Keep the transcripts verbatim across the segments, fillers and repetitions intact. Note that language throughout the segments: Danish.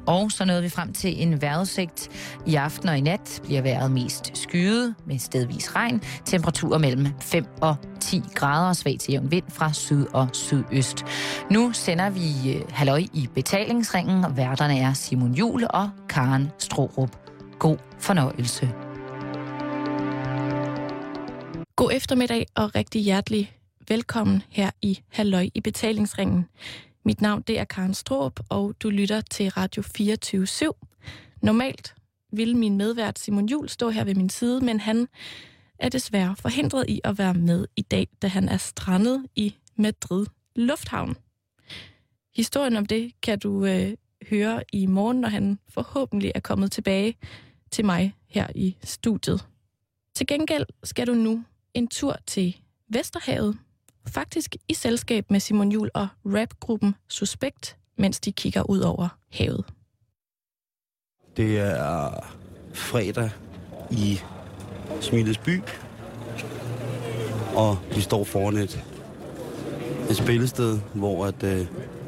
Og så nåede vi frem til en vejrudsigt. I aften og i nat bliver vejret mest skyet med stedvis regn. Temperaturer mellem fem og ti grader og svag til jævn vind fra syd og sydøst. Nu sender vi uh, halløj i betalingsringen. Værterne er Simon Juhl og Karen Strohrup. God fornøjelse. God eftermiddag og rigtig hjertelig velkommen her i halløj i betalingsringen. Mit navn det er Karen Strohrup, og du lytter til Radio fireogtyve syv. Normalt ville min medvært Simon Juhl stå her ved min side, men han er desværre forhindret i at være med i dag, da han er strandet i Madrid Lufthavn. Historien om det kan du øh, høre i morgen, når han forhåbentlig er kommet tilbage til mig her i studiet. Til gengæld skal du nu en tur til Vesterhavet, faktisk i selskab med Simon Juhl og rapgruppen Suspekt, mens de kigger ud over havet. Det er fredag i Smilets by, og vi står foran et, et spillested, hvor at, øh,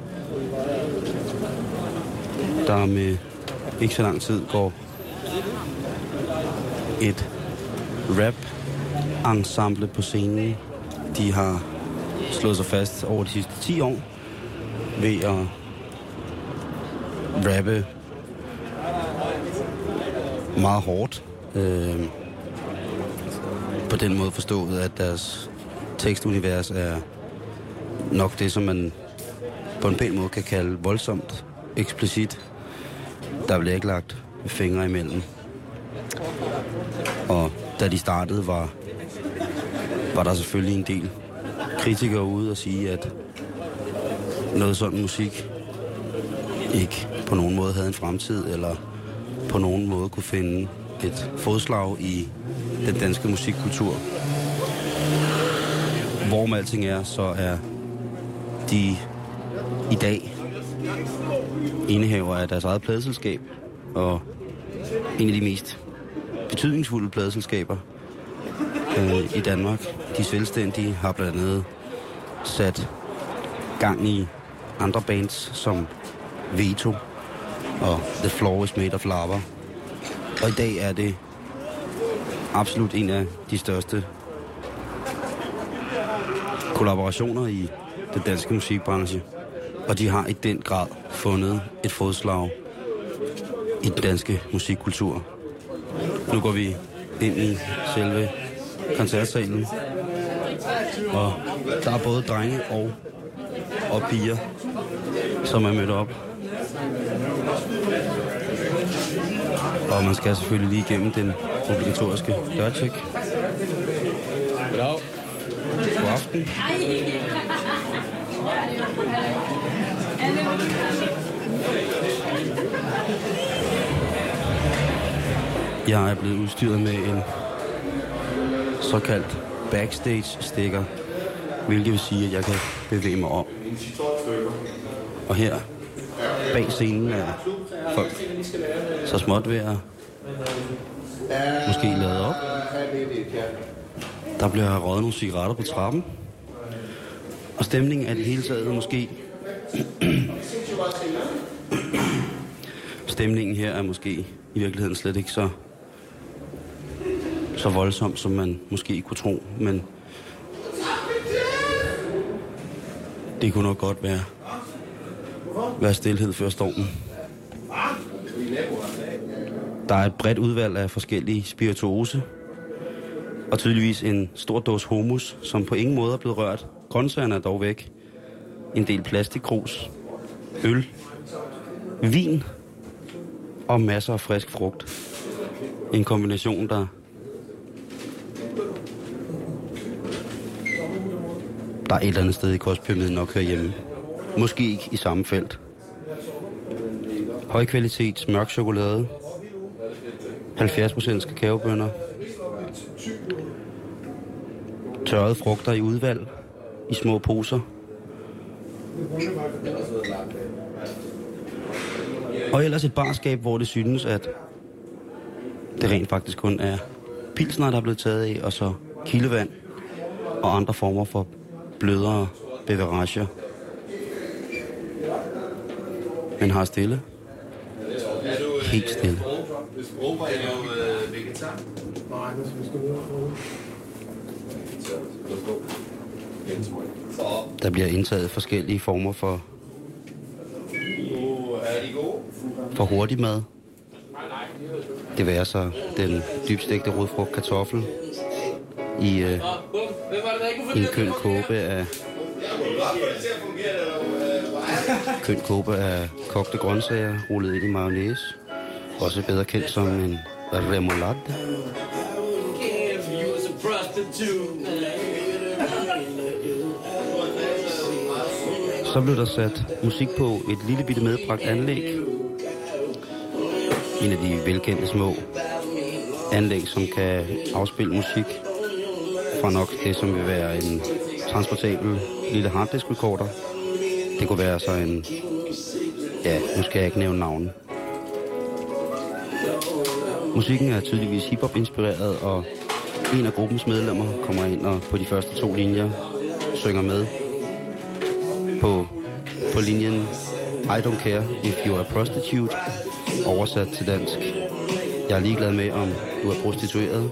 der med ikke så lang tid går et rap-ensemble på scenen. De har slået sig fast over de sidste ti år ved at rappe meget hårdt. Øh, på den måde forstået, at deres tekstunivers er nok det, som man på en pæn måde kan kalde voldsomt eksplicit. Der bliver ikke lagt fingre imellem. Og da de startede, var, var der selvfølgelig en del kritikere ude og sige, at noget sådan musik ikke på nogen måde havde en fremtid, eller på nogen måde kunne finde et fodslag i den danske musikkultur. Hvorom alting er, så er de i dag indehaver af deres eget pladeselskab, og en af de mest betydningsfulde pladeselskaber øh, i Danmark. De selvstændige har blandt andet sat gang i andre bands som Veto og The Floor is Made of Lava. Og i dag er det absolut en af de største kollaborationer i den danske musikbranche. Og de har i den grad fundet et fodslag i den danske musikkultur. Nu går vi ind i selve koncertsalen, og der er både drenge og, og piger, som er mødt op. Og man skal selvfølgelig lige igennem den obligatoriske dørtjek. God aften. Jeg er blevet udstyret med en såkaldt backstage-sticker, hvilket vil sige, at jeg kan bevæge mig om. Og her bag scenen er folk så småt ved at måske lavet op. Der bliver røget nogle cigaretter på trappen. Og stemningen er det hele taget måske... Stemningen her er måske i virkeligheden slet ikke så, så voldsom, som man måske kunne tro. Men det kunne nok godt være, være stilhed før stormen. Der er et bredt udvalg af forskellige spirituose, og tydeligvis en stor dåse hummus, som på ingen måde er blevet rørt. Grøntsagerne er dog væk. En del plastikkrus, øl, vin og masser af frisk frugt. En kombination, der der er et eller andet sted i kostpyramiden nok hører hjemme. Måske ikke i samme felt. Højkvalitets mørk chokolade, halvfjerds procent kakaobønner, tørrede frugter i udvalg, i små poser. Og ellers et barskab, hvor det synes, at det rent faktisk kun er pilsner, der er blevet taget af, og så kildevand og andre former for blødere beverager. Men har stille, helt stille. Der bliver indtaget forskellige former for for hurtig mad. Det vil så den dybstegte rødfrugt kartoffel i, øh, i en køn kåbe af køn kåbe af kogte grøntsager rullet ind i mayonnaise, også bedre kendt som en remoulade. Så blev der sat musik på et lille bitte medbragt anlæg. En af de velkendte små anlæg, som kan afspille musik fra nok det, som vil være en transportabel lille harddisk-recorder. Det kunne være så en... Ja, nu skal jeg ikke nævne navnen. Musikken er tydeligvis hiphop-inspireret, og en af gruppens medlemmer kommer ind og på de første to linjer synger med på, på linjen I don't care if you're a prostitute, oversat til dansk. Jeg er ligeglad med, om du er prostitueret.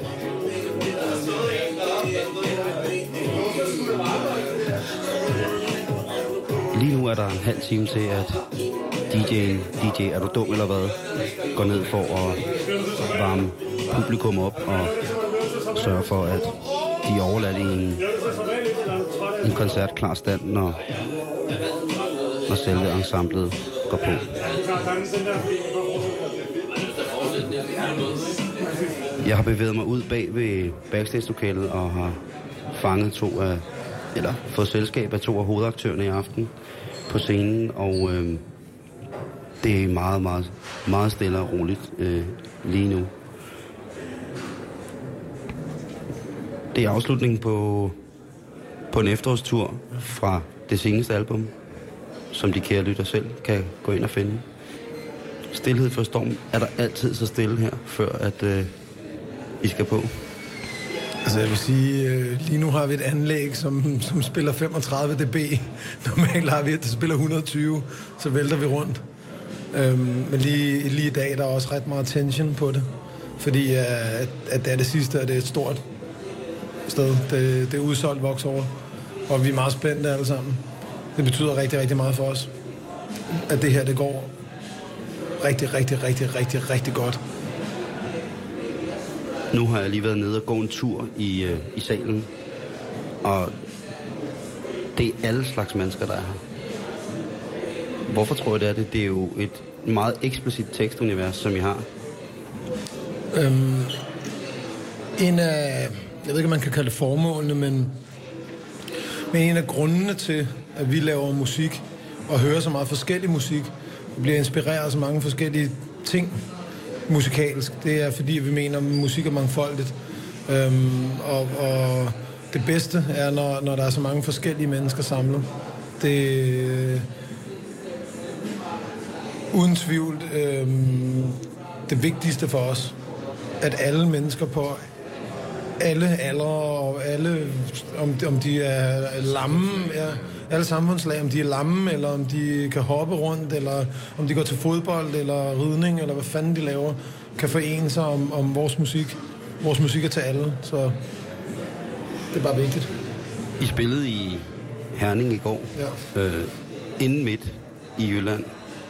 Lige nu er der en halv time til, at D J'en, D J er du dum eller hvad, går ned for at varme publikum op og sørge for, at de er overladt i en, en koncert klar stand, når, når selve ensemblet går på. Jeg har bevæget mig ud bag ved backstage-lokalet og har fanget to af, eller fået selskab af to af hovedaktørerne i aften på scenen, og øh, det er meget, meget, meget stille og roligt øh, lige nu. Det er afslutningen på, på en efterårstur fra det seneste album, som de kære lytter selv kan gå ind og finde. Stilhed for storm. Er der altid så stille her, før at øh, I skal på? Altså jeg vil sige, øh, lige nu har vi et anlæg, som, som spiller femogtredive decibel. Normalt har vi, at det spiller et hundrede og tyve, så vælter vi rundt. Øhm, men lige, lige i dag, der er også ret meget tension på det. Fordi øh, at, at det er det sidste, og det er et stort sted. Det, det er udsolgt Vauxhall, og vi er meget spændte alle sammen. Det betyder rigtig, rigtig meget for os, at det her, det går rigtig, rigtig, rigtig, rigtig, rigtig godt. Nu har jeg lige været nede og gå en tur i, øh, i salen, og det er alle slags mennesker, der er her. Hvorfor tror jeg, det er det? Det er jo et meget eksplicit tekstunivers, som I har. Øhm, en af, jeg ved ikke, om man kan kalde det formålene, men, men en af grundene til, at vi laver musik og hører så meget forskellig musik, og bliver inspireret af så mange forskellige ting musikalsk, det er fordi, vi mener, at musik er mangfoldigt. Øhm, og, og det bedste er, når, når der er så mange forskellige mennesker samlet. Det uden tvivl øhm, det vigtigste for os, at alle mennesker på alle aldre og alle, om, om de er lamme, ja, alle samfundslag, om de er lamme, eller om de kan hoppe rundt, eller om de går til fodbold, eller ridning, eller hvad fanden de laver, kan forene sig om, om vores musik. Vores musik er til alle, så det er bare vigtigt. I spillede i Herning i går, ja. øh, inden midt i Jylland.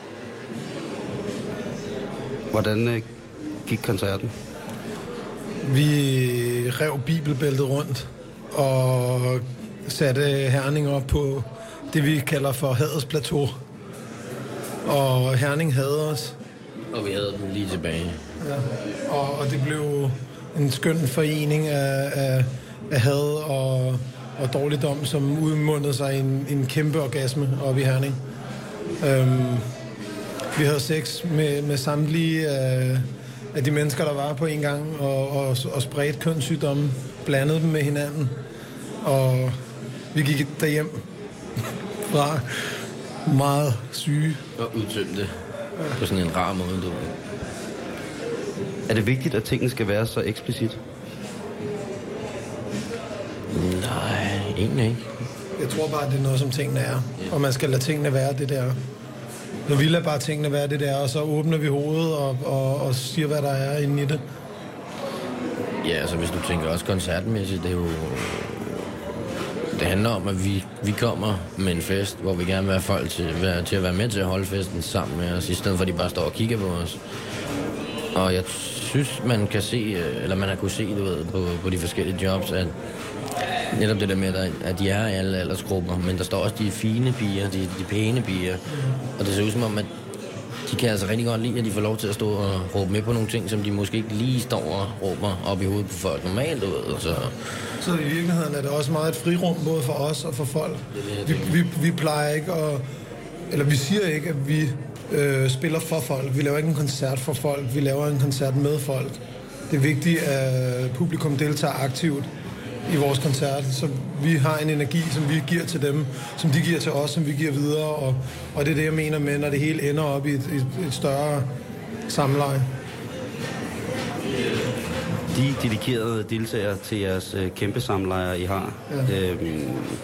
Hvordan øh, gik koncerten? Vi rev bibelbæltet rundt og satte Herning op på det, vi kalder for hadets plateau. Og Herning havde os. Og vi havde den lige tilbage. Ja. Og, og det blev en skøn forening af, af, af had og, og dårligdom, som udmundede sig i en, en kæmpe orgasme oppe i Herning. Øhm, vi havde sex med, med samtlige af, af de mennesker, der var på en gang, og, og, og spredte kønssygdomme, blandede dem med hinanden. Og vi gik derhjem fra meget syge. Og udtømte på sådan en rar måde, du. Er det vigtigt, at tingene skal være så eksplicit? Nej, egentlig ikke. Jeg tror bare, at det er noget, som tingene er. Og man skal lade tingene være det der. når vi lader bare tingene være det der, og så åbner vi hovedet og, og, og siger, hvad der er inde i det. Ja, altså hvis du tænker også koncertmæssigt, det er jo... Det handler om, at vi, vi kommer med en fest, hvor vi gerne vil have folk til, til at være med til at holde festen sammen med os, i stedet for at de bare står og kigger på os. Og jeg synes, man kan se, eller man har kunne se, du ved, på, på de forskellige jobs, at netop det der med, at de er i alle aldersgrupper, men der står også de fine piger, de, de pæne piger. Og det ser ud som om, at de kan altså rigtig godt lide, at de får lov til at stå og råbe med på nogle ting, som de måske ikke lige står og råber op i hovedet på folk normalt. Så, så i virkeligheden er det også meget et frirum, både for os og for folk. Vi, vi, vi plejer ikke at... Eller vi siger ikke, at vi øh, spiller for folk. Vi laver ikke en koncert for folk. Vi laver en koncert med folk. Det er vigtigt, at publikum deltager aktivt i vores koncert, så vi har en energi, som vi giver til dem, som de giver til os, som vi giver videre, og, og det er det, jeg mener med, når det hele ender op i et, et, et større samleje. De dedikerede deltagere til jeres øh, kæmpe samlejre, I har, ja. øhm,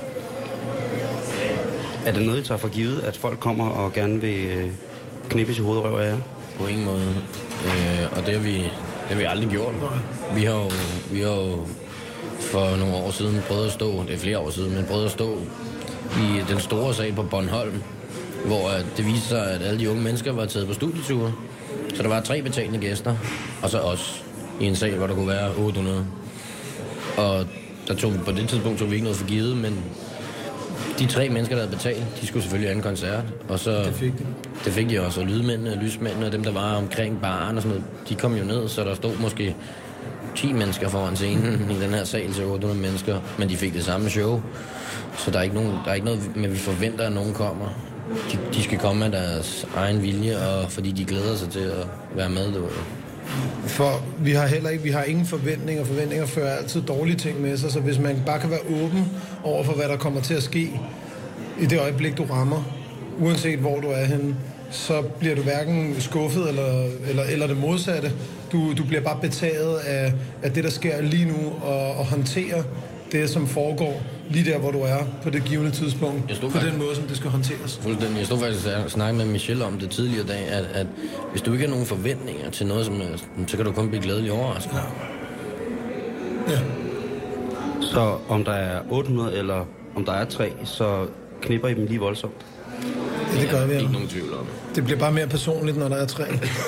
er det noget, I tager for givet, at folk kommer og gerne vil øh, knippes i hovedrøv af jer? På ingen måde. Øh, og det har, vi, det har vi aldrig gjort. Vi har jo... Vi har jo for nogle år siden prøvede at stå, det er flere år siden, men prøvede at stå i den store sal på Bornholm, hvor det viste sig, at alle de unge mennesker var taget på studieture. Så der var tre betalende gæster, og så os i en sal, hvor der kunne være otte hundrede. Og der tog, på det tidspunkt tog vi ikke noget for givet, men de tre mennesker, der havde betalt, de skulle selvfølgelig have en koncert. Og så, det fik de. Det fik de også, og lydmændene, lysmændene og dem, der var omkring baren og sådan noget, de kom jo ned, så der stod måske ti mennesker foran scenen i den her sal til otte hundrede mennesker, men de fik det samme show. Så der er ikke, nogen, der er ikke noget, men vi forventer, at nogen kommer. De, de skal komme af deres egen vilje, og fordi de glæder sig til at være med. Det For vi har heller ikke, vi har ingen forventninger. Forventninger fører altid dårlige ting med sig, så hvis man bare kan være åben over for, hvad der kommer til at ske i det øjeblik, du rammer, uanset hvor du er henne, så bliver du hverken skuffet eller, eller, eller det modsatte. Du, du bliver bare betaget af, af det, der sker lige nu, og, og håndtere det, som foregår lige der, hvor du er på det givende tidspunkt, på faktisk, den måde, som det skal hånteres. Fuldstændig. Jeg stod faktisk og snakkede med Michelle om det tidligere dag, at, at hvis du ikke har nogen forventninger til noget, som, så kan du kun blive glædelig overrasket. Ja. Ja. Så om der er otte hundrede, eller om der er tre, så knipper I dem lige voldsomt? Ja, det gør vi. Ja. Ikke nogen tvivl om. Det bliver bare mere personligt, når der er tre.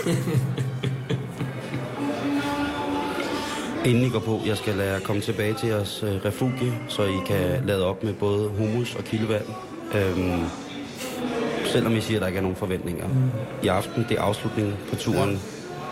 Inden I går på, jeg skal lade jer komme tilbage til jeres øh, refugie, så I kan lade op med både hummus og kildevand. Øhm, selvom I siger, at der ikke er nogen forventninger. Mm. I aften, det er afslutningen på turen. Ja.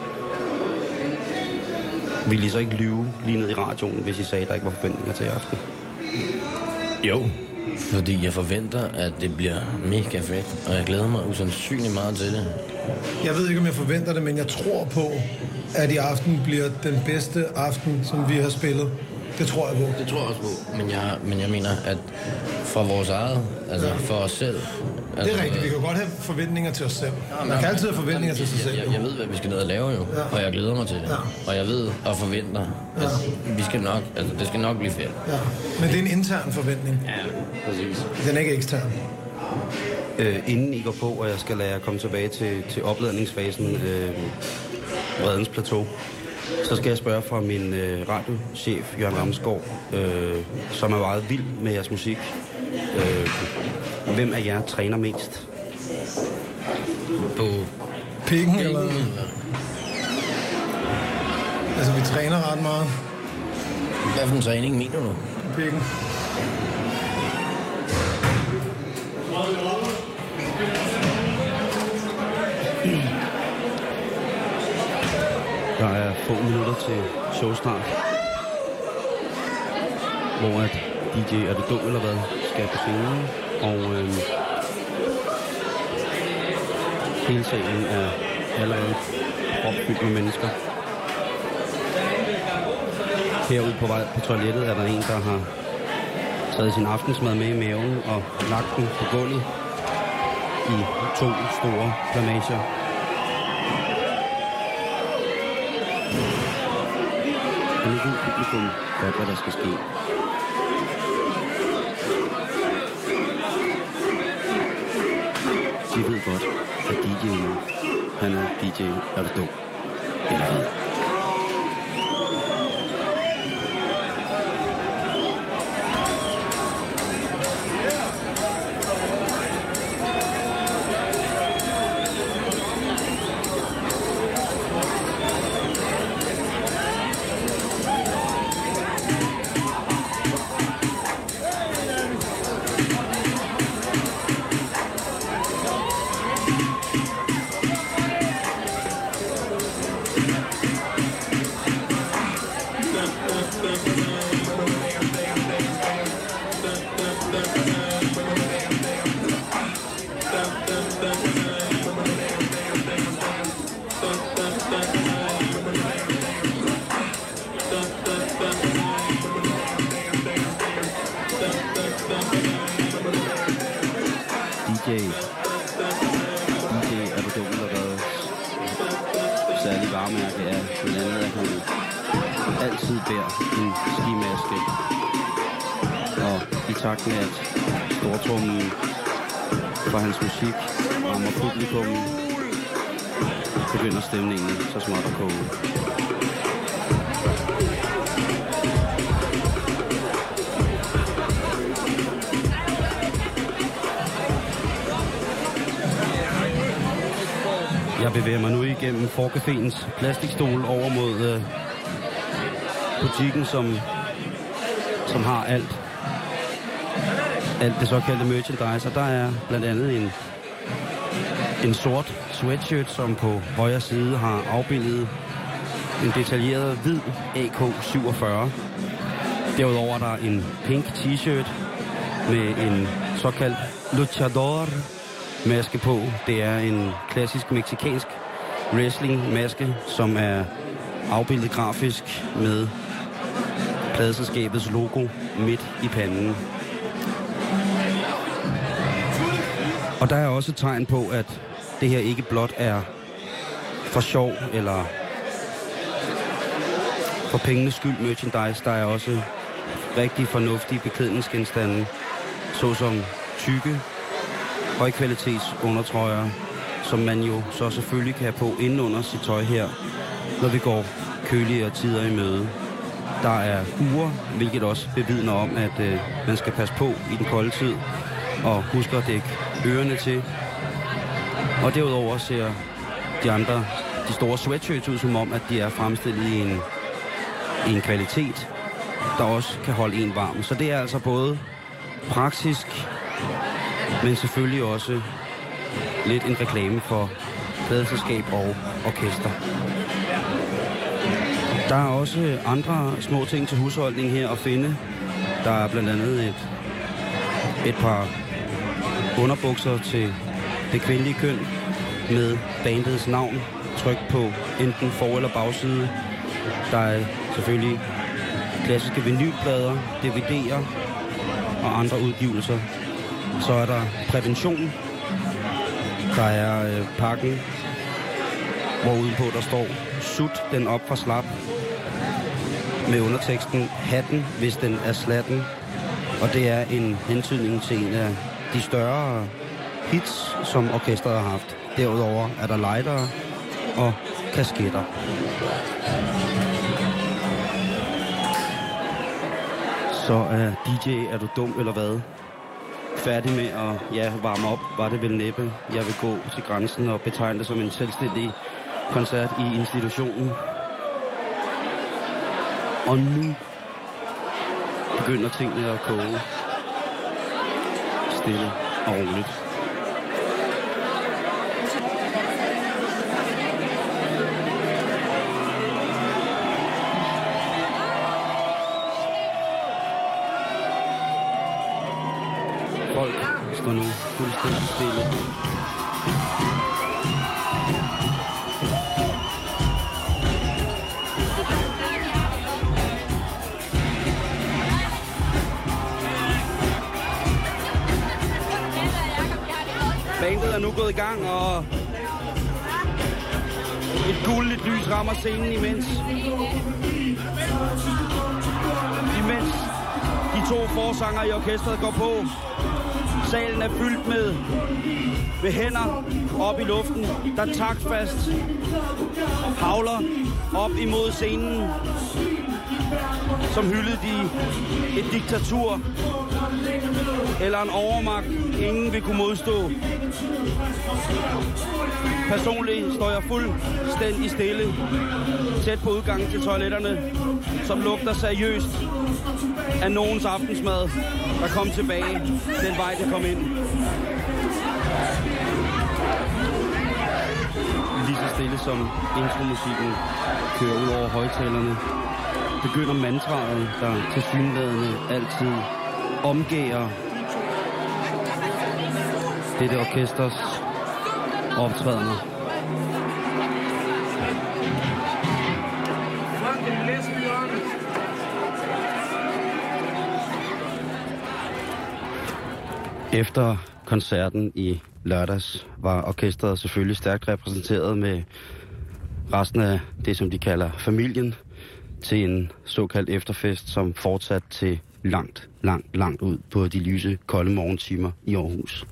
Vil I så ikke lyve lige ned i radioen, hvis I sagde, at der ikke var forventninger til i aften? Jo, fordi jeg forventer, at det bliver mega fedt, og jeg glæder mig usandsynligt meget til det. Jeg ved ikke, om jeg forventer det, men jeg tror på, at i aften bliver den bedste aften, som vi har spillet. Det tror jeg på. Det tror jeg også på, men jeg, men jeg mener, at fra vores eget, altså for os selv. Altså, det er rigtigt, vi kan godt have forventninger til os selv. Ja, man kan altid have forventninger til sig selv. Jeg, jeg, jeg ved, hvad vi skal ned og lave jo, ja. Og jeg glæder mig til det. Ja. Og jeg ved og forventer, at ja. vi skal nok, altså det skal nok blive fedt. Ja. Men det er en intern forventning. Ja, præcis. Den er ikke ekstern. Øh, inden I går på, og jeg skal lade jer komme tilbage til, til opladningsfasen, øh, Vredens Plateau, så skal jeg spørge fra min øh, radiochef, Jørgen Ramsgaard, øh, som er meget vild med jeres musik. Øh, hvem af jer træner mest? På pikken, eller? Altså, vi træner ret meget. Hvad for en træning mener du? Pikken. Der er få minutter til showstart, hvor at D J Er det dum eller hvad skal på scenen, og øh, hele salen er allerede opfyldt med mennesker. Herude på vej på toilettet er der en, der har taget sin aftensmad med i maven og lagt den på gulvet i to store plamager. Og nu ved publikum godt, hvad der skal ske. De ved godt, at D J'en, han er D J, er du dum? Eller hvad? D J, D J er du dum eller hvad? Særlig varemærke er blandt andet, at han altid bærer en skimaske. Og i takt med, at stortrummen fra hans musik rammer publikum, begynder stemningen så småt at koge. Jeg bevæger mig nu igennem Forcaféens plastikstol over mod øh, butikken, som, som har alt. Alt det såkaldte merchandise. Og der er blandt andet en, en sort sweatshirt, som på højre side har afbildet en detaljeret hvid A K syvogfyrre. Derudover er der en pink t-shirt med en såkaldt luchador maske på. Det er en klassisk mexikansk wrestling-maske, som er afbildet grafisk med pladeselskabets logo midt i panden. Og der er også et tegn på, at det her ikke blot er for sjov eller for pengenes skyld merchandise. Der er også rigtig fornuftige beklædningsgenstande, såsom tykke højkvalitets undertrøjer, som man jo så selvfølgelig kan have på inden under sit tøj her, når vi går køligere tider i møde. Der er ure, hvilket også bevidner om, at øh, man skal passe på i den kolde tid, og huske at dække ørerne til. Og derudover ser de andre, de store sweatshirts ud som om, at de er fremstillet i en, i en kvalitet, der også kan holde en varm. Så det er altså både praktisk, men selvfølgelig også lidt en reklame for pladeselskab og orkester. Der er også andre små ting til husholdning her at finde. Der er blandt andet et, et par underbukser til det kvindelige køn med bandets navn trykt på enten for- eller bagside. Der er selvfølgelig klassiske vinylplader, D V D'er og andre udgivelser. Så er der prævention. Der er øh, pakken, hvor udenpå der står sut den op fra slap med underteksten hatten, hvis den er slatten. Og det er en hentydning til en af de større hits, som orkestret har haft. Derudover er der lightere og kasketter. Så er D J, er du dum eller hvad? Færdig med at ja, varme op, var det vel næppe. Jeg vil gå til grænsen og betegne det som en selvstændig koncert i institutionen. Og nu begynder tingene at koge stille og roligt. Folk står nu fuldstændig stille. Bandet er nu gået i gang, og et guldigt lys rammer scenen imens. Imens de to forsanger i orkestret går på. Salen er fyldt med, med hænder op i luften, der taktfast havler op imod scenen, som hyldede de et diktatur eller en overmagt, ingen vil kunne modstå. Personligt står jeg fuldstændig stille, tæt på udgangen til toiletterne, som lugter seriøst af nogens aftensmad, der kom tilbage den vej, det kom ind. Lige så stille som intromusikken kører ud over højtalerne, begynder mantraet, der tilsyneladende altid omgærer dette orkesters optrædener. Efter koncerten i lørdags var orkestret selvfølgelig stærkt repræsenteret med resten af det, som de kalder familien, til en såkaldt efterfest, som fortsat til langt, langt, langt ud på de lyse, kolde morgentimer i Aarhus.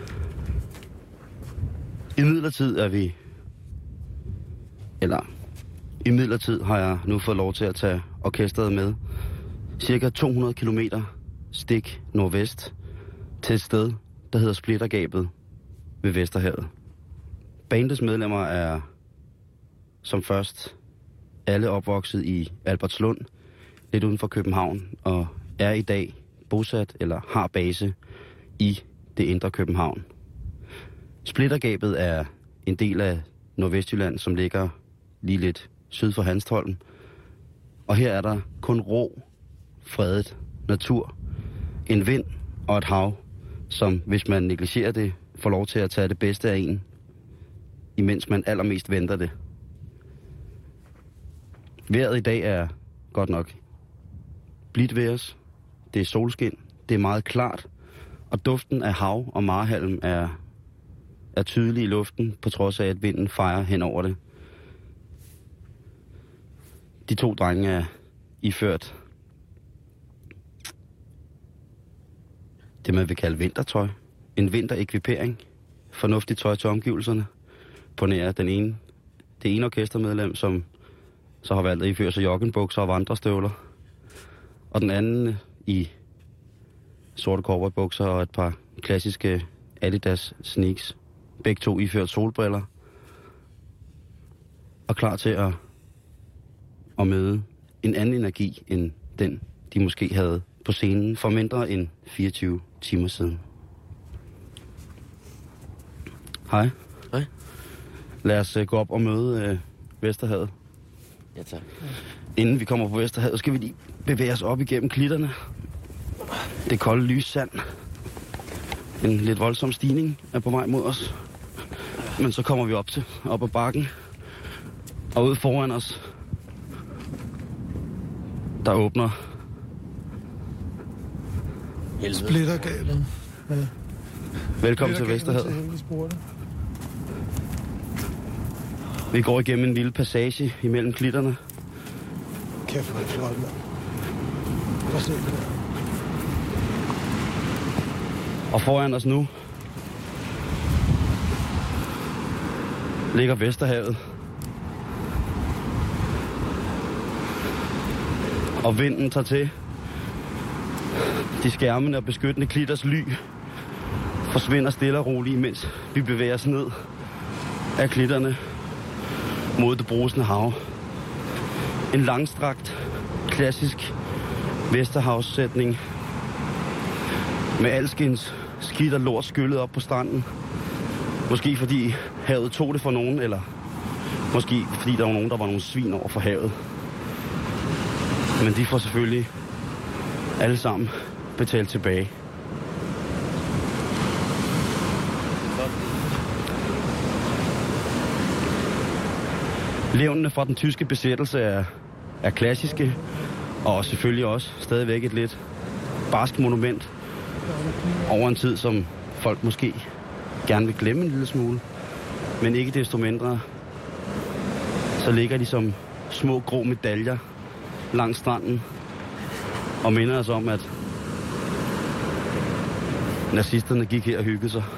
I midlertid er vi, eller i midlertid har jeg nu fået lov til at tage orkestret med cirka to hundrede kilometer stik nordvest til et sted, der hedder Splittergabet ved Vesterhavet. Bandets medlemmer er som først alle opvokset i Albertslund, lidt uden for København, og er i dag bosat eller har base i det indre København. Splittergabet er en del af Nordvestjylland, som ligger lige lidt syd for Hanstholm. Og her er der kun rå, fredet natur, en vind og et hav, som hvis man negligerer det, får lov til at tage det bedste af en, imens man allermest venter det. Vejret i dag er godt nok blidt ved os. Det er solskin, det er meget klart, og duften af hav og marhalm er, er tydelig i luften, på trods af, at vinden fejer hen over det. De to drenge er iført det, man vil kalde vintertøj. En vinterekvipering. Fornuftigt tøj til omgivelserne. På nær den ene, det ene orkestermedlem, som så har valgt at iføre sig joggenbukser og vandrestøvler. Og den anden i sorte cowboybukser og et par klassiske Adidas sneaks. Begge to iført solbriller. Og klar til at, at møde en anden energi end den, de måske havde på scenen for mindre end fireogtyve timer siden. Hej. Hej. Lad os uh, gå op og møde uh, Vesterhavet. Ja, tak. Inden vi kommer på Vesterhavet, skal vi lige bevæge os op igennem klitterne. Det kolde lys sand. En lidt voldsom stigning er på vej mod os. Men så kommer vi op til, op ad bakken. Og ude foran os, der åbner Splittergabet. Ja. Velkommen til Vesterhavet. Vi går igennem en lille passage imellem klitterne. Kæft, hvor er det flot, mand. Prøv at se det der. Og foran os nu ligger Vesterhavet. Og vinden tager til. De skærmende og beskyttende klitters ly forsvinder stille og roligt, mens vi bevæger os ned af klitterne mod det brusende hav. En langstrakt, klassisk Vesterhavssætning med alskens skidt og lort skyllet op på stranden. Måske fordi havet tog det for nogen, eller måske fordi der var nogen, der var nogle svin over for havet. Men de får selvfølgelig alle sammen betalt tilbage. Levnene fra den tyske besættelse er, er klassiske, og selvfølgelig også stadigvæk et lidt barsk monument over en tid, som folk måske gerne vil glemme en lille smule. Men ikke desto mindre, så ligger de som små grå medaljer langs stranden og minder os om, at nazisterne gik her og hyggede sig.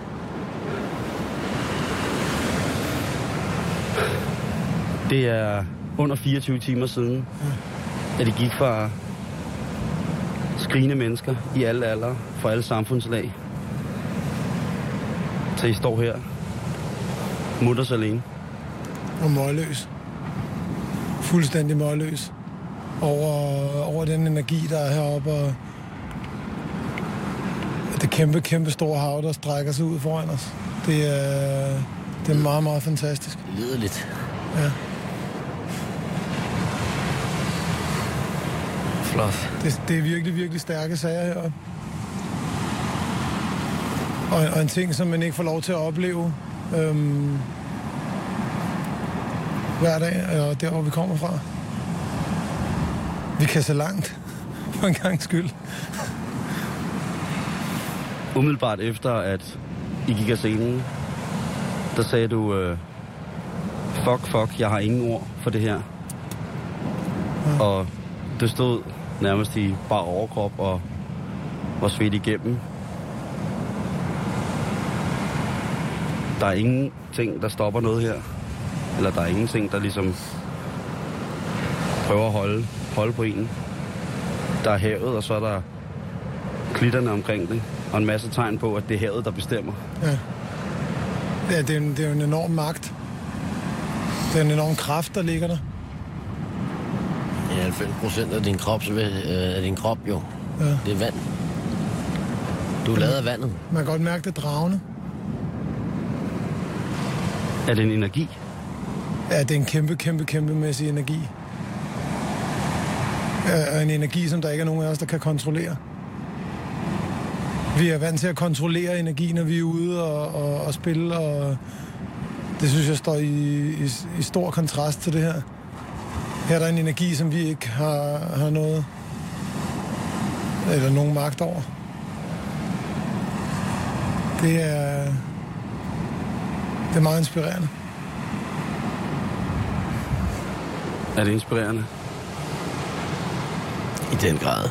Det er under fireogtyve timer siden, at de gik fra skrigende mennesker i alle aldre, fra alle samfundslag, til I står her, mutters alene. Og målløs. Fuldstændig målløs. Over, over den energi, der er heroppe, og det kæmpe, kæmpe store hav, der strækker sig ud foran os. Det er, det er meget, meget fantastisk. Liderligt. Ja. Flot. Det, det er virkelig, virkelig stærke sager heroppe. Og, og en ting, som man ikke får lov til at opleve øhm, hver dag, og der, hvor vi kommer fra. Vi kan så langt, for en gang skyld. Umiddelbart efter, at I gik af scenen, der sagde du, øh, fuck, fuck, jeg har ingen ord for det her. Ja. Og det stod nærmest i bare overkrop og var svedt igennem. Der er ingenting, der stopper noget her. Eller der er ingenting, der ligesom prøver at holde, holde på en. Der er havet, og så er der klitterne omkring det. Og en masse tegn på, at det er havet, der bestemmer. Ja, ja det, er en, det er en enorm magt. Det er en enorm kraft, der ligger der. Ja, halvfems procent af din krop, af din krop jo. Ja. Det er vand. Du er lavet af vandet. Man kan godt mærke det dragende. Er det en energi? Ja, det er en kæmpe, kæmpe, kæmpemæssig energi. Ja, en energi, som der ikke er nogen af os, der kan kontrollere. Vi er vant til at kontrollere energi, når vi er ude og, og, og spille, og det synes jeg står i, i, i stor kontrast til det her. Her er der en energi, som vi ikke har, har noget eller nogen magt over. Det er, det er meget inspirerende. Er det inspirerende? I den grad.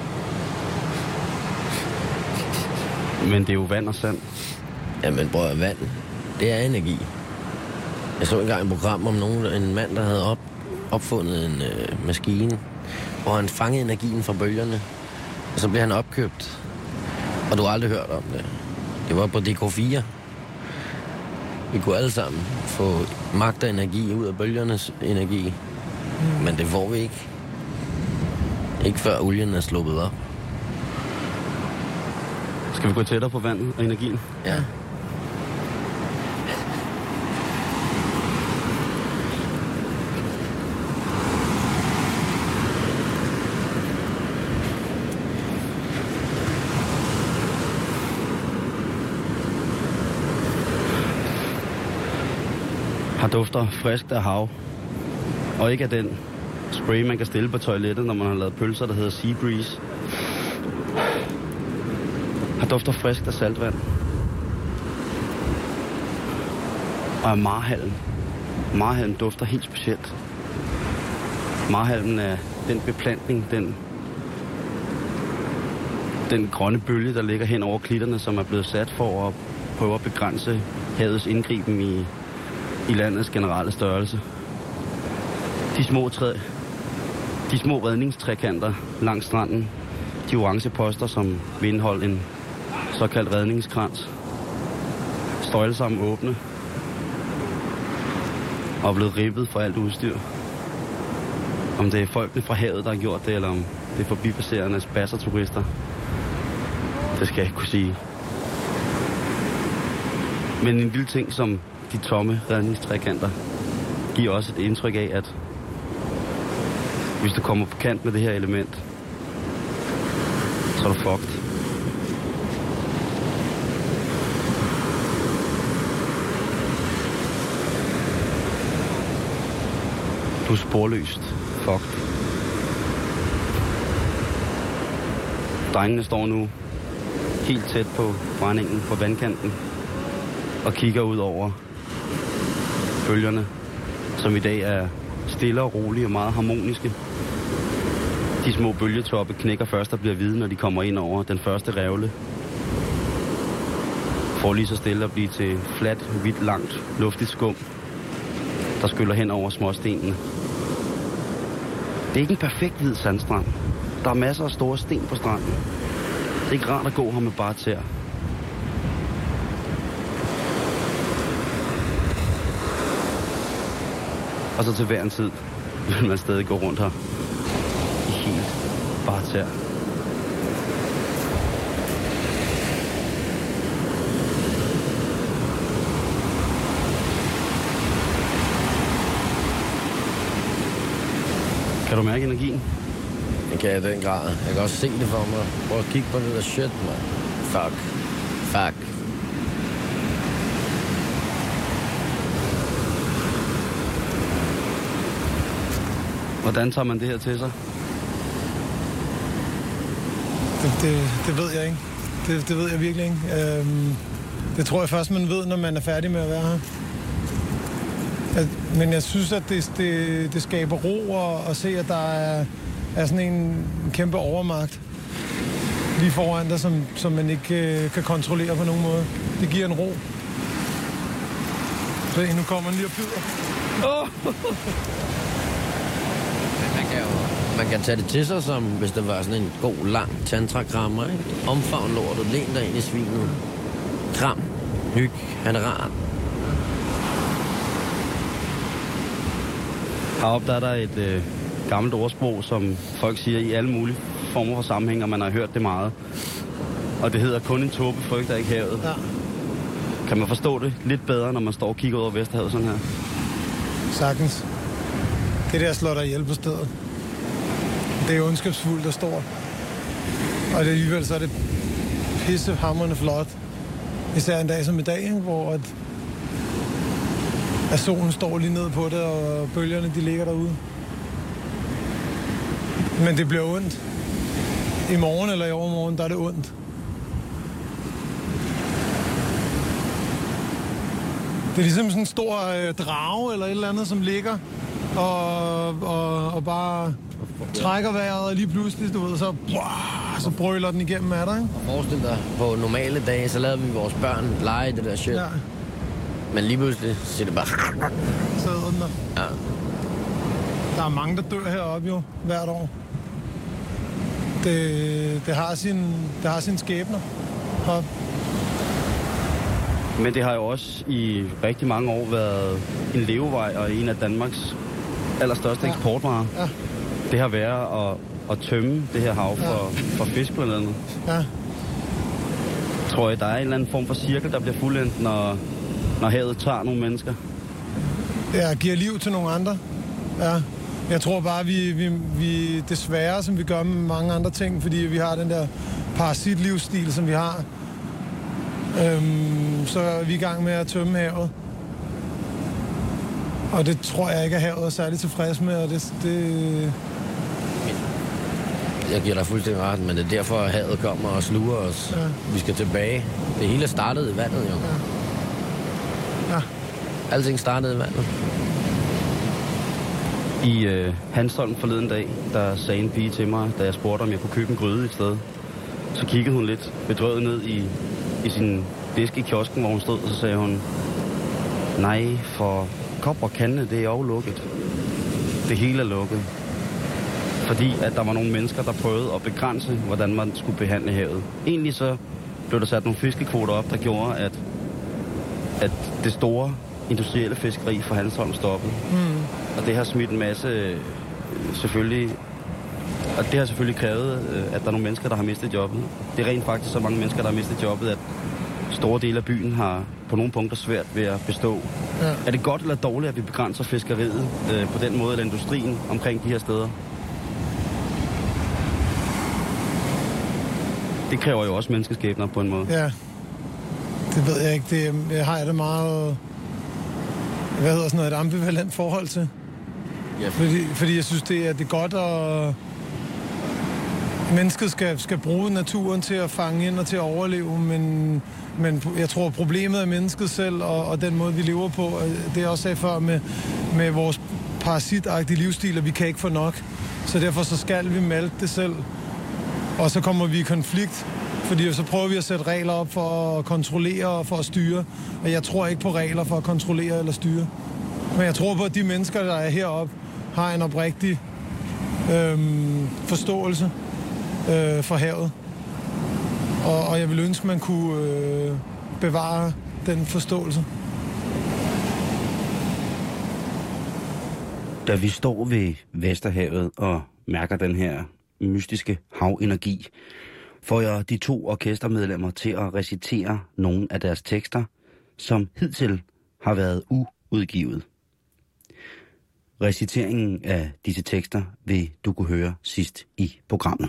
Men det er jo vand og sand. Jamen, bror, vand, det er energi. Jeg så engang et program om nogen, en mand, der havde op, opfundet en øh, maskine, hvor han fangede energien fra bølgerne, og så blev han opkøbt. Og du har aldrig hørt om det. Det var på D K fire. Vi kunne alle sammen få magt og energi ud af bølgernes energi. Mm. Men det får vi ikke. Ikke før olien er sluppet op. Skal vi gå tættere på vandet og energien? Ja. Har dufter friskt af hav. Og ikke af den spray, man kan stille på toilettet, når man har lavet pølser, der hedder Sea Breeze. Har dufter friskt af saltvand. Og af marhalm. Marhalm dufter helt specielt. Marhalmen er den beplantning, den, den grønne bølge, der ligger hen over klitterne, som er blevet sat for at prøve at begrænse havets indgriben i, i landets generelle størrelse. De små træ, de små redningstrækanter langs stranden, de orange poster, som vil indeholde en såkaldt redningskrans, står alle sammen åbne og er blevet ribbet for alt udstyr. Om det er folkene fra havet, der har gjort det, eller om det er forbipasserende spasserturister, det skal jeg ikke kunne sige. Men en lille ting som de tomme redningstrækanter giver også et indtryk af, at hvis du kommer på kant med det her element, så er du fucked. Du er sporløst fucked. Drengene står nu helt tæt på brændingen på vandkanten og kigger ud over bølgerne, som i dag er stille og rolige og meget harmoniske. De små bølgetoppe knækker først og bliver hvide, når de kommer ind over den første revle. For lige så stille at blive til fladt, hvidt, langt, luftigt skum, der skyller hen over småstenene. Det er ikke en perfekt hvid sandstrand. Der er masser af store sten på stranden. Det er ikke rart at gå her med bare tæer. Og så til hver en tid vil man stadig gå rundt her i helt bare tæer. Kan du mærke energien? Det kan jeg i den grad. Jeg kan også se det for mig. Prøv at kigge på det der shit, man. Fuck. Fuck. Hvordan tager man det her til sig? Det, det, det ved jeg ikke. Det, det ved jeg virkelig ikke. Øhm, det tror jeg først, man ved, når man er færdig med at være her. At, men jeg synes, at det, det, det skaber ro at, at se, at der er, er sådan en kæmpe overmagt lige foran dig, som, som man ikke øh, kan kontrollere på nogen måde. Det giver en ro. Se, nu kommer den lige og pyder. Oh! Man kan jo man kan tage det til sig, som hvis det var sådan en god, lang tantrakrammer, ikke? Omfavn lortet, læn dig ind i svinet. Kram, hyg, han er rar. Heroppe der er der et øh, gammelt ordsprog, som folk siger i alle mulige former for sammenhæng, og man har hørt det meget. Og det hedder, kun en tåbe frygter ikke havet. Ja. Kan man forstå det lidt bedre, når man står og kigger ud over Vesterhavet sådan her? Sagtens. Det der slår dig ihjel på stedet. Det er ondskabsfuldt, der står. Og det alligevel så er det pissehamrende flot. Især en dag som i dag, hvor at, at solen står lige nede på det, og bølgerne de ligger derude. Men det bliver ondt. I morgen eller i overmorgen, der er det ondt. Det er ligesom sådan en stor øh, drage eller et eller andet, som ligger og, og, og bare trækker vejret, og lige pludselig, du ved, så, brrr, så brøler den igennem af dig, ikke? Forestil dig, på normale dage, så lavede vi vores børn lege det der shit. Ja. Men lige pludselig, så siger det bare... Så æder den der. Ja. Der er mange, der dør heroppe jo, hvert år. Det, det har sin, det har sin skæbner. Hop. Men det har jo også i rigtig mange år været en levevej og en af Danmarks allerstørste ja. eksportvarer. Ja. Det har været at, at tømme det her hav for, ja. for fisk blandt andet. Ja. Tror jeg, der er en eller anden form for cirkel, der bliver fuldendt, når, når havet tager nogle mennesker? Ja, giver liv til nogle andre. Ja. Jeg tror bare, vi, vi, vi desværre, som vi gør med mange andre ting, fordi vi har den der parasitlivsstil, som vi har, øhm, så er vi i gang med at tømme havet. Og det tror jeg ikke, at havet er særlig tilfreds med, og det... det Jeg giver dig fuldstændig ret, men det er derfor, at havet kommer og sluger os. Ja. Vi skal tilbage. Det hele startede i vandet, jo. Ja. Ja. Alting startede i vandet. I øh, Hanstholm forleden dag, der sagde en pige til mig, da jeg spurgte, om jeg kunne købe en gryde et sted. Så kiggede hun lidt bedrøvet ned i, i sin disk i kiosken, hvor hun stod, og så sagde hun, nej, for kop og kande, det er jo lukket. Det hele er lukket. Fordi at der var nogle mennesker, der prøvede at begrænse, hvordan man skulle behandle havet. Egentlig så blev der sat nogle fiskekvoter op, der gjorde, at, at det store industrielle fiskeri for Hanstholm stoppede. Mm. Og det har smidt en masse, selvfølgelig, og det har selvfølgelig krævet, at der er nogle mennesker, der har mistet jobbet. Det er rent faktisk så mange mennesker, der har mistet jobbet, at store dele af byen har på nogle punkter svært ved at bestå. Ja. Er det godt eller dårligt, at vi begrænser fiskeriet øh, på den måde, eller industrien omkring de her steder? Det kræver jo også menneskeskæbner på en måde. Ja, det ved jeg ikke. Det jeg har jeg det meget, hvad hedder sådan noget, et ambivalent forhold til. Ja. Fordi, fordi jeg synes, det er, det er godt, at mennesket skal, skal bruge naturen til at fange ind og til at overleve, men, men jeg tror, problemet er mennesket selv, og, og den måde, vi lever på, det jeg også sagde før med, med vores parasitagtige livsstil, at vi kan ikke få nok. Så derfor så skal vi malke det selv. Og så kommer vi i konflikt Fordi så prøver vi at sætte regler op for at kontrollere og for at styre. Og jeg tror ikke på regler for at kontrollere eller styre. Men jeg tror på, at de mennesker, der er heroppe, har en oprigtig øhm, forståelse øh, for havet. Og, og jeg vil ønske, at man kunne øh, bevare den forståelse. Da vi står ved Vesterhavet og mærker den her mystiske havenergi, får jeg de to orkestermedlemmer til at recitere nogle af deres tekster, som hidtil har været uudgivet. Reciteringen af disse tekster vil du kunne høre sidst i programmet.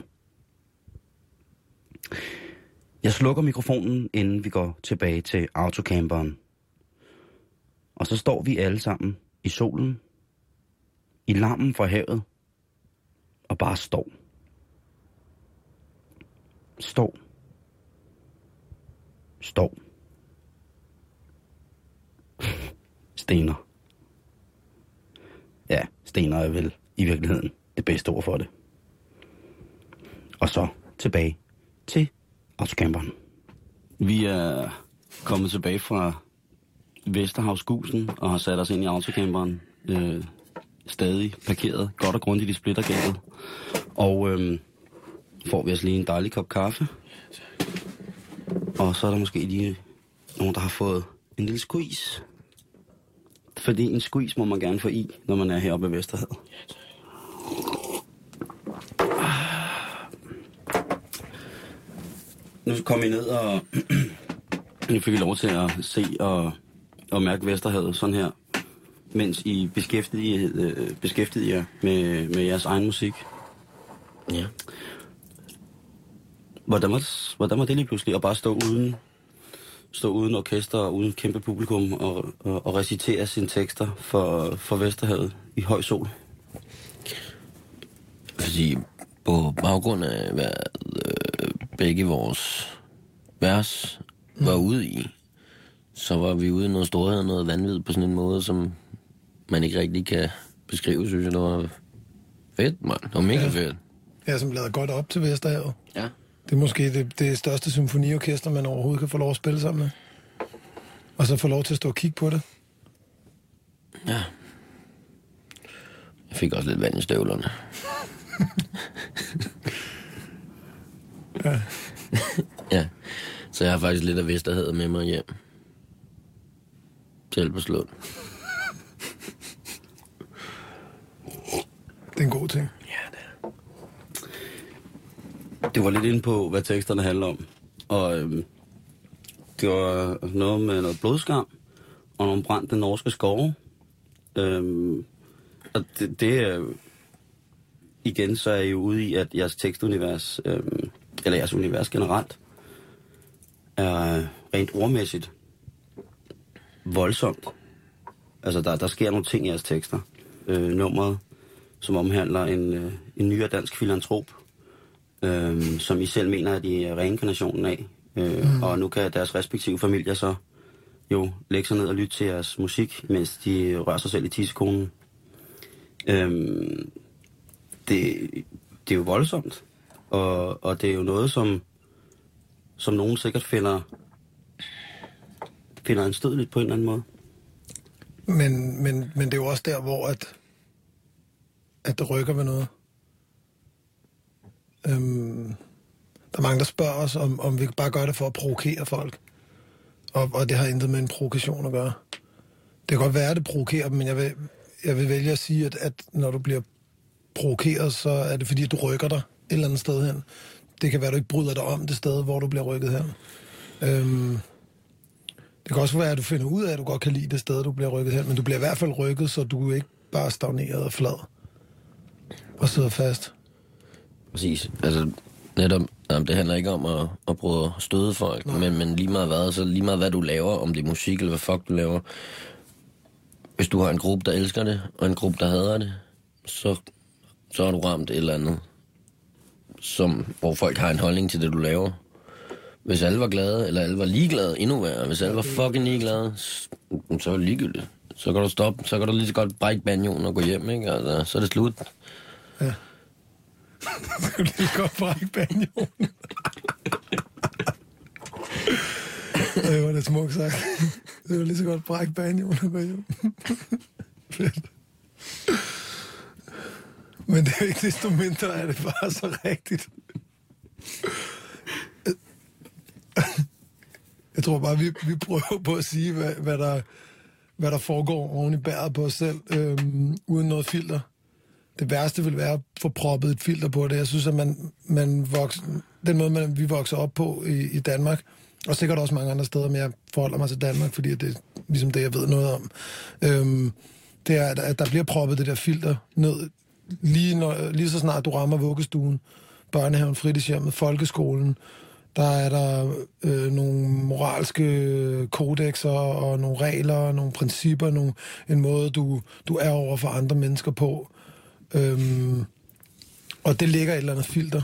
Jeg slukker mikrofonen, inden vi går tilbage til autocamperen. Og så står vi alle sammen i solen, i larmen fra havet, og bare står. Står. Står. Stener. Ja, stener er vel i virkeligheden det bedste ord for det. Og så tilbage til autocamperen. Vi er kommet tilbage fra Vesterhavsgusen og har sat os ind i autocamperen. Øh, stadig parkeret godt og grundigt i splittergabet. Og øh, får vi os lige en dejlig kop kaffe. Og så er der måske lige nogen, der har fået en lille squeeze. Fordi en squeeze må man gerne få i, når man er heroppe ved Vesterhavet. Nu kom I ned, og nu fik vi lov til at se og, og mærke Vesterhavet sådan her, mens I beskæftigede, beskæftigede jer med, med jeres egen musik. Ja. Hvordan var, hvordan var det lige pludselig at bare stå uden, stå uden orkester og uden kæmpe publikum og, og, og recitere sine tekster for, for Vesterhavet i høj sol? Fordi på baggrund af, hvad øh, begge vores vers var ude i, så var vi ude i noget storhed og noget vanvid på sådan en måde, som man ikke rigtig kan beskrive, synes jeg. Det var fedt, mand. Det var mega ja. fedt. Ja, som lader godt op til Vesterhavet. Ja. Det er måske det, det største symfoniorkester, man overhovedet kan få lov at spille sammen med. Og så få lov til at stå og kigge på det. Ja. Jeg fik også lidt vand i støvlerne. Ja. Ja. Så jeg har faktisk lidt af Vesterhavet med mig hjem. Til på Slund. Det er en god ting. Ja, det er. Det var lidt inde på, hvad teksterne handler om. Og øhm, det var noget med noget blodskam og nogle brændte norske skove. Øhm, og det, det er igen, så er I jo ude i, at jeres tekstunivers, øhm, eller jeres univers generelt, er rent ordmæssigt voldsomt. Altså, der, der sker nogle ting i jeres tekster. Øh, nummeret, som omhandler en, øh, en nyere dansk filantrop, øh, som I selv mener, at I er reinkarnationen af. Øh, mm. Og nu kan deres respektive familier så jo lægge sig ned og lytte til jeres musik, mens de rører sig selv i tissekonen. Øh, det, det er jo voldsomt. Og, og det er jo noget, som, som nogen sikkert finder, finder anstødeligt på en eller anden måde. Men, men, men det er jo også der, hvor at, at det rykker ved noget. Øhm, der er mange, der spørger os, om, om vi bare gør det for at provokere folk. Og, og det har intet med en provokation at gøre. Det kan godt være, at det provokerer dem, men jeg vil, jeg vil vælge at sige, at, at når du bliver provokeret, så er det fordi, at du rykker dig et eller andet sted hen. Det kan være, at du ikke bryder dig om det sted, hvor du bliver rykket hen. Øhm, det kan også være, at du finder ud af, at du godt kan lide det sted, du bliver rykket hen, men du bliver i hvert fald rykket, så du ikke bare stagneret og flad og sidder fast. Præcis. Altså, netop, jamen, det handler ikke om at, at prøve at støde folk, men, men lige meget hvad, så lige meget hvad du laver, om det er musik eller hvad fuck du laver. Hvis du har en gruppe, der elsker det, og en gruppe, der hader det, så, så har du ramt et eller andet, som, hvor folk har en holdning til det, du laver. Hvis alle var glade, eller alle var ligeglade, endnu værre. Hvis alle var fucking ligeglade, så er det ligegyldigt. Så kan du stoppe, så kan du lige så godt brække banjoen og gå hjem, ikke? Altså, så er det slut. Ja. Så kan du lige godt brække banjoen. Det var det smukt sagt. Det var lige så godt brække banjoen og gå hjem. Fedt. Men det er ikke desto mindre, er det bare så rigtigt. Jeg tror bare, vi, vi prøver på at sige, hvad, hvad, der, hvad der foregår oven i bæret på os selv, øhm, uden noget filter. Det værste vil være at få proppet et filter på det. Jeg synes, at man, man vokser, den måde, man, vi vokser op på i, i Danmark, og sikkert også mange andre steder, men jeg forholder mig til Danmark, fordi det er ligesom det, jeg ved noget om. Øhm, det er, at der bliver proppet det der filter ned, lige, når, lige så snart du rammer vuggestuen, børnehaven, fritidshjemmet, folkeskolen. Der er der øh, nogle moralske kodexer og nogle regler, nogle principper, nogle, en måde, du, du er over for andre mennesker på. Øhm, og det ligger et eller andet filter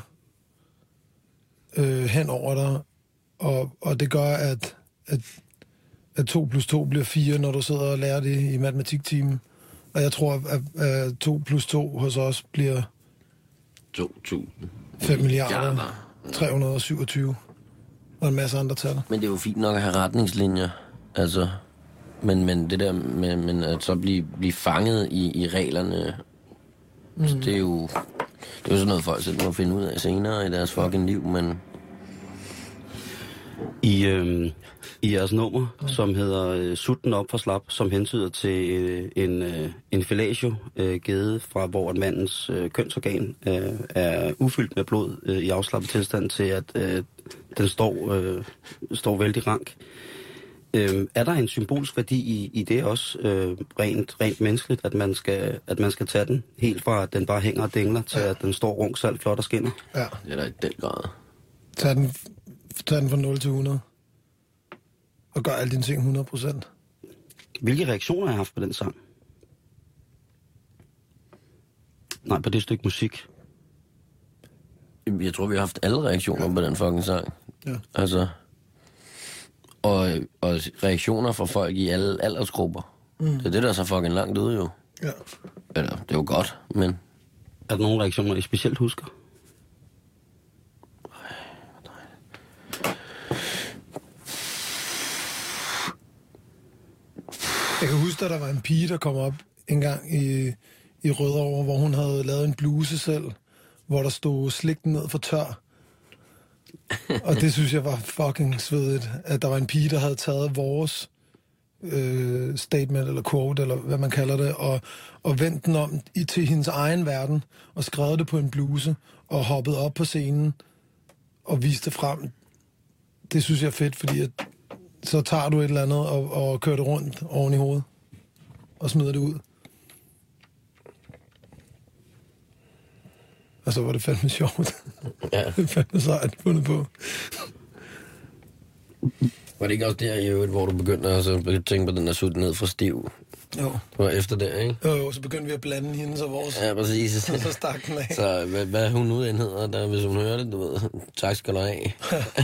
øh, hen over dig, og, og det gør, at, at, at to plus to bliver fire, når du sidder og lærer det i matematiktimen. Og jeg tror, at, at to plus to hos os bliver to tusind. fem milliarder, tre hundrede og syvogtyve og en masse andre tal. Men det er jo fint nok at have retningslinjer, altså, men, men det der med men at så blive, blive fanget i, i reglerne, mm. det er jo det er jo sådan noget, folk selv må finde ud af senere i deres fucking liv, men... I, øh, i jeres nummer, mm. som hedder øh, Sutten op for slap, som hentyder til øh, en, øh, en fellatio øh, givet fra, hvor mandens øh, kønsorgan øh, er ufyldt med blod øh, i afslappet tilstand til, at øh, den står, øh, står vældig rank. Øh, er der en symbolsk værdi i, i det også, øh, rent, rent menneskeligt, at man, skal, at man skal tage den helt fra, at den bare hænger og dingler, til ja. At den står rung, salt, flot og skinner? Ja. Det er der i den grad. Tag den, tag den fra nul til hundrede. Og gør alle dine ting hundrede procent. Hvilke reaktioner har jeg haft på den sang? Nej, på det stykke musik. Jeg tror, vi har haft alle reaktioner ja. På den fucking sang. Ja. Altså... Og, og reaktioner fra folk i alle aldersgrupper. Mm. Det er det, der er så fucking langt ude, jo. Ja. Eller, det er jo godt, men... Er der nogle reaktioner, I specielt husker? Jeg kan huske, at der var en pige, der kom op en gang i, i Rødovre, hvor hun havde lavet en bluse selv, hvor der stod slik ned for tør. Og det synes jeg var fucking svedigt, at der var en pige, der havde taget vores øh, statement, eller quote, eller hvad man kalder det, og, og vendt den om i, til hendes egen verden, og skrevet det på en bluse, og hoppet op på scenen, og viste det frem. Det synes jeg er fedt, fordi at, så tager du et eller andet, og, og kører det rundt oven i hovedet, og smider det ud. Og så var det fandme sjovt. Ja. Det er fandme sejt fundet på. Var det ikke også der i øvrigt, hvor du begyndte at altså, tænke på den der sut ned fra stiv? Jo. Det var efter det, ikke? Jo, jo, så begyndte vi at blande hende og vores. Ja, præcis. Og så stak den af. Så hvad, hvad hun nu end hedder, der, hvis hun hører det, du ved. Tak skal du have.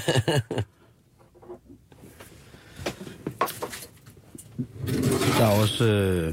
Der er også... Øh,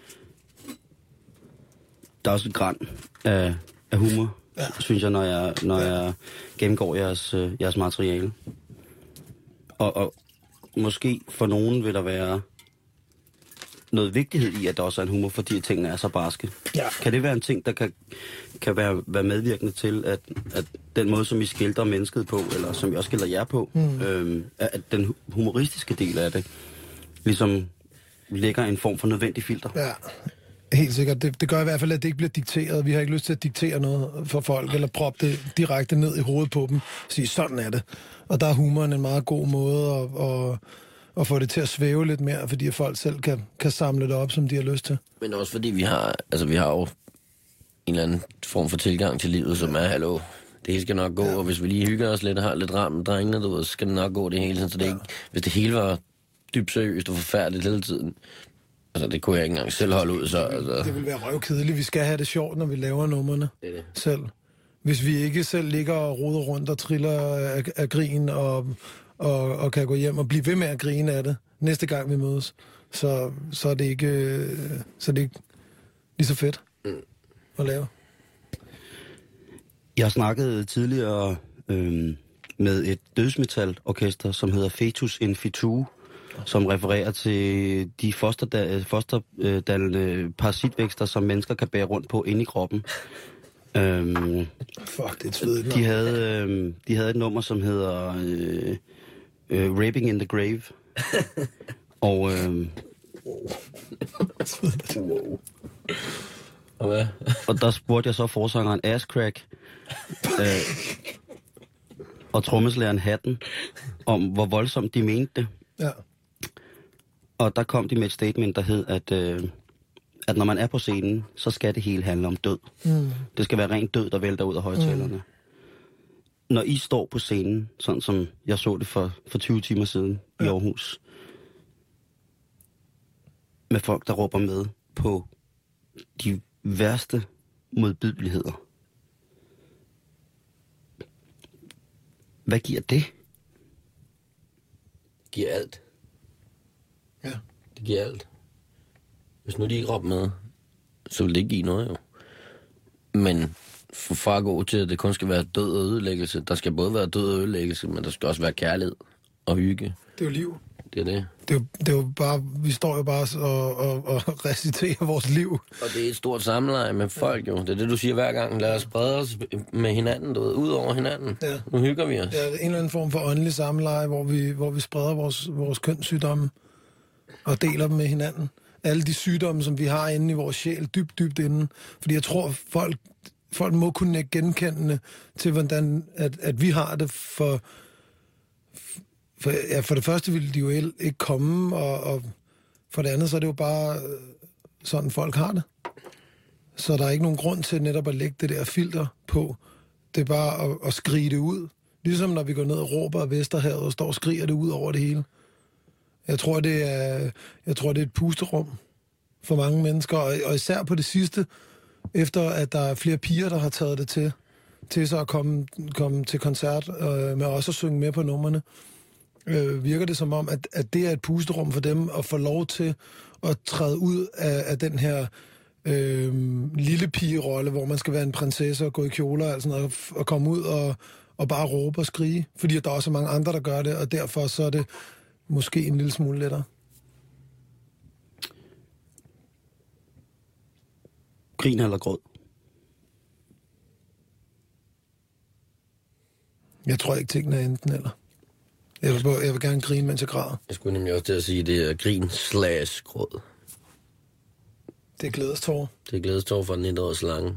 der er også et græn af, af humor, ja. Synes jeg, når jeg, når ja. jeg gennemgår jeres, øh, jeres materiale. Og, og måske for nogen vil der være noget vigtighed i, at der også er en humor, fordi tingene er så barske. Ja. Kan det være en ting, der kan, kan være, være medvirkende til, at, at den måde, som I skildrer mennesket på, eller som I også skildrer jer på, mm. øhm, at den humoristiske del af det, ligesom lægger en form for nødvendig filter? Ja, helt sikkert. Det, det gør i hvert fald, at det ikke bliver dikteret. Vi har ikke lyst til at diktere noget for folk, eller proppe det direkte ned i hovedet på dem, og sige, sådan er det. Og der er humoren en meget god måde at, at, at få det til at svæve lidt mere, fordi folk selv kan, kan samle det op, som de har lyst til. Men også fordi vi har, altså vi har jo en eller anden form for tilgang til livet, som er, hallo, det hele skal nok gå, ja. Og hvis vi lige hygger os lidt og har lidt ram med drengene, du ved, så skal det nok gå det hele tiden. Så det ja. Ikke, hvis det hele var dybt seriøst og forfærdeligt hele tiden, altså det kunne jeg ikke engang selv holde ud, så... Altså. Det vil være røvkedeligt. Vi skal have det sjovt, når vi laver numrene det det. Selv. Hvis vi ikke selv ligger og roder rundt og triller af, af grin og, og, og kan gå hjem og blive ved med at grine af det næste gang vi mødes, så, så er det ikke så er det ikke lige så fedt mm. at lave. Jeg snakkede tidligere øh, med et dødsmetalorkester, som hedder Fetus in Fitu, som refererer til de fosterda- fosterdannende parasitvækster, som mennesker kan bære rundt på inde i kroppen. Øhm, Fuck, det er svedigt. de, havde, øhm, de havde et nummer, som hedder øh, øh, Raping in the Grave. Og, øhm, Og hvad? og der spurgte jeg så forsangeren Asscrack øh, og trommeslageren Hatten om, hvor voldsomt de mente det. Ja. Og der kom de med et statement, der hed, at, øh, at når man er på scenen, så skal det hele handle om død. Mm. Det skal være rent død, der vælter ud af højtalerne. Mm. Når I står på scenen, sådan som jeg så det for, for tyve timer siden ja. i Aarhus, med folk, der råber med på de værste modbydeligheder. Hvad giver det? Det giver alt. Ja. Det giver alt. Hvis nu de ikke råber med, så vil det ikke give noget jo. Men for far at gå til, at det kun skal være død og ødelæggelse. Der skal både være død og ødelæggelse, men der skal også være kærlighed og hygge. Det er jo liv. Det er det. Det er, jo, det er jo bare, vi står jo bare og, og, og reciterer vores liv. Og det er et stort samleje med folk jo. Det er det, du siger hver gang. Lad os sprede os med hinanden, du ved, ud over hinanden. Ja. Nu hygger vi os. Ja, en eller anden form for åndelig samleje, hvor vi, hvor vi spreder vores, vores kønssygdomme og deler dem med hinanden. Alle de sygdomme, som vi har inde i vores sjæl, dybt, dybt inde. Fordi jeg tror, folk, folk må kunne genkende til, hvordan at, at vi har det for... For, ja, for det første ville de jo ikke komme, og, og for det andet, så er det jo bare sådan, folk har det. Så der er ikke nogen grund til netop at lægge det der filter på. Det er bare at, at skrige det ud. Ligesom når vi går ned og råber af Vesterhavet og står og skriger det ud over det hele. Jeg tror, det er, jeg tror, det er et pusterum for mange mennesker, og, og især på det sidste, efter at der er flere piger, der har taget det til, til så at komme, komme til koncert øh, med også at synge med på numrene. Øh, virker det som om, at, at det er et pusterum for dem at få lov til at træde ud af, af den her øh, lille pigerolle, hvor man skal være en prinsesse og gå i kjoler og, sådan noget, og komme ud og, og bare råbe og skrige, fordi der er også mange andre, der gør det, og derfor så er det måske en lille smule lettere. Grin eller gråd? Jeg tror ikke, tingene er enten eller. Jeg vil, jeg vil gerne grine, mens jeg græder. Jeg skulle nemlig også til at sige, at det er grin slash gråd. Det er glædestår. Det er glædestår for nitten års lange.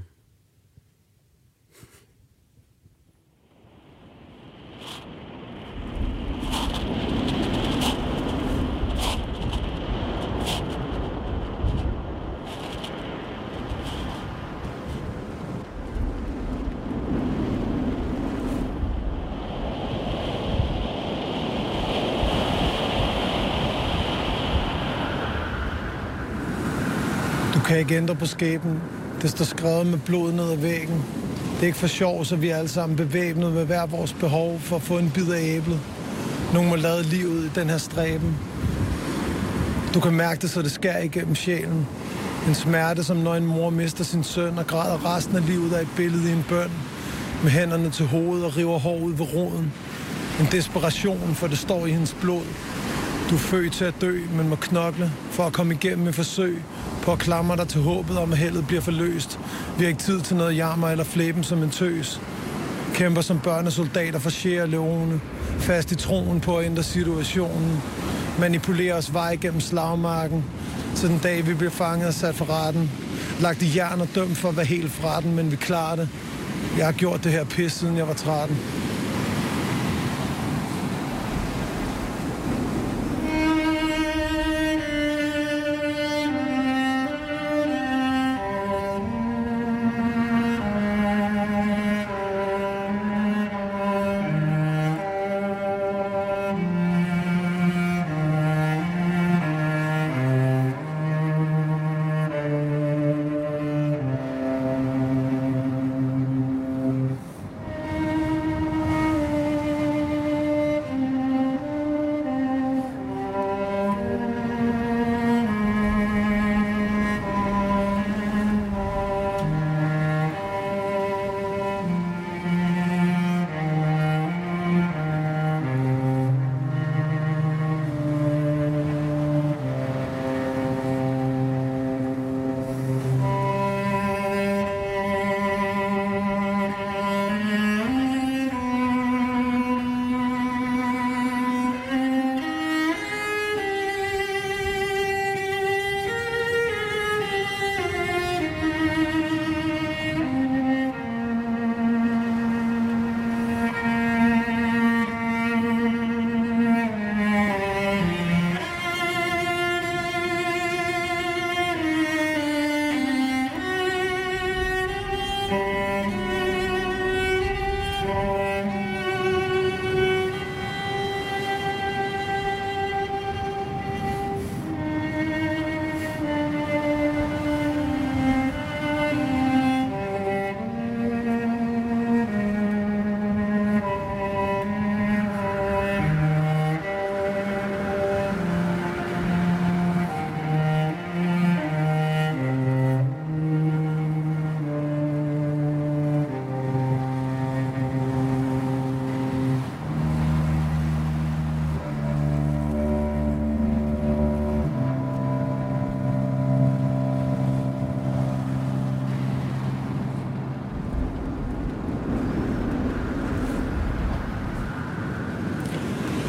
Du kan ikke ændre på skæbnen. Det står skrevet med blod ned ad væggen. Det er ikke for sjov, så vi er alle sammen bevæbnet med hver vores behov for at få en bid af æblet. Nogen må lade livet i den her stræben. Du kan mærke det, så det skærer igennem sjælen. En smerte, som når en mor mister sin søn og græder resten af livet af et billede i en bøn. Med hænderne til hovedet og river hår ud ved roden. En desperation, for det står i hendes blod. Du er født til at dø, men må knokle for at komme igennem med forsøg på at klamre dig til håbet om, at heldet bliver forløst. Vi har ikke tid til noget jammer eller flæben som en tøs. Kæmper som børnesoldater for Sierra Leone. Fast i troen på at ændre situationen. Manipulerer os vej gennem slagmarken. Så den dag vi bliver fanget og sat for retten. Lagt i jern og dømt for at være helt fra den, men vi klarer det. Jeg har gjort det her pis, siden jeg var tretten.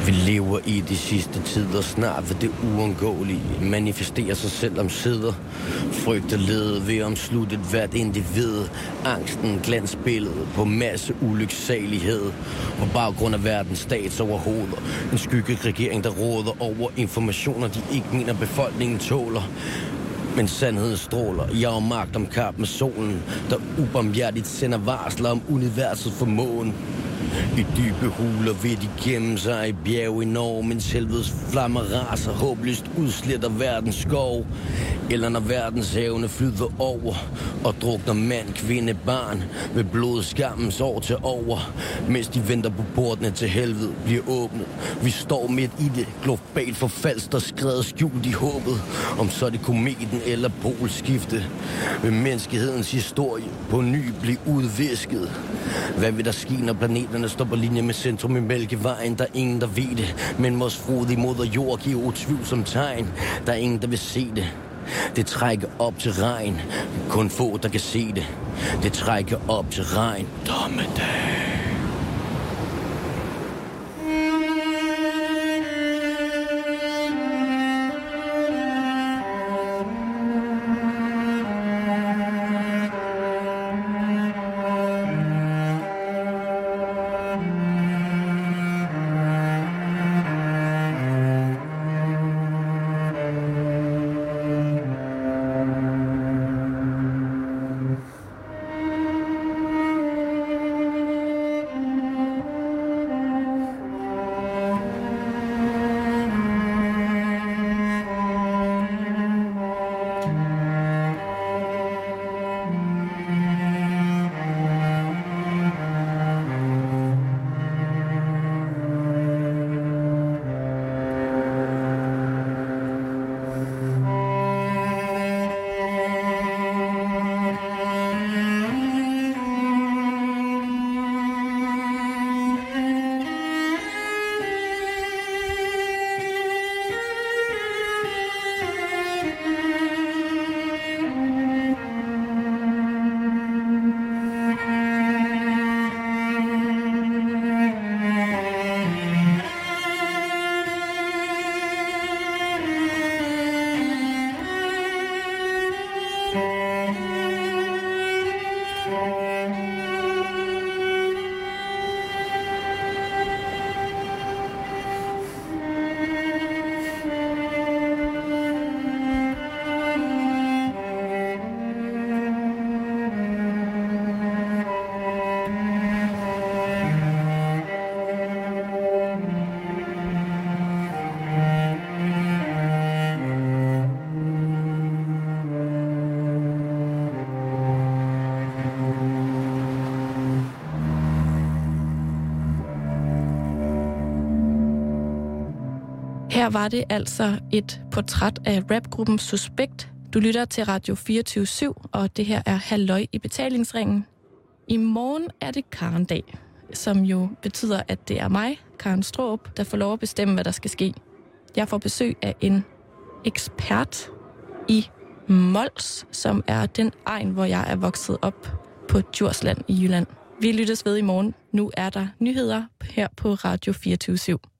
Vi lever i de sidste tider, snart vil det uundgåelige manifestere sig selv om sider. Frygt og lede ved omslutte hvert individ. Angsten glansbillede på masse ulyksalighed. På baggrund af verdens statsoverhoveder. En skyggeregering, der råder over informationer, de ikke mener befolkningen tåler. Men sandheden stråler. Jeg har magt om kamp med solen, der ubarmhjertigt sender varsler om universet formåen. I dybe huler vil de gemme sig i bjerg i Norge, mens helvedes flammer raser, håbløst udsletter verdens skov. Eller når verdens havne flyder over og drukner mand, kvinde, barn ved blodskammens år til over, mens de venter på portene til helvede bliver åbnet. Vi står midt i det, globalt forfalst og skrevet skjult i håbet, om så det kometen eller polskifte. Vil menneskehedens historie på ny blive udvisket? Hvad vil der ske, når planeterne står på linje med centrum i Mælkevejen? Der er ingen, der ved det, men vores frodige moder jord giver utvivlsomt tegn. Der er ingen, der vil se det. Det trækker op til regn. Kun få, der kan se det. Det trækker op til regn. Dommedag. Her var det altså et portræt af rapgruppen Suspekt. Du lytter til Radio fireogtyve syv, og det her er Halløj i betalingsringen. I morgen er det Karendag, som jo betyder, at det er mig, Karen Straarup, der får lov at bestemme, hvad der skal ske. Jeg får besøg af en ekspert i Mols, som er den egn, hvor jeg er vokset op på Djursland i Jylland. Vi lyttes ved i morgen. Nu er der nyheder her på Radio fireogtyve syv.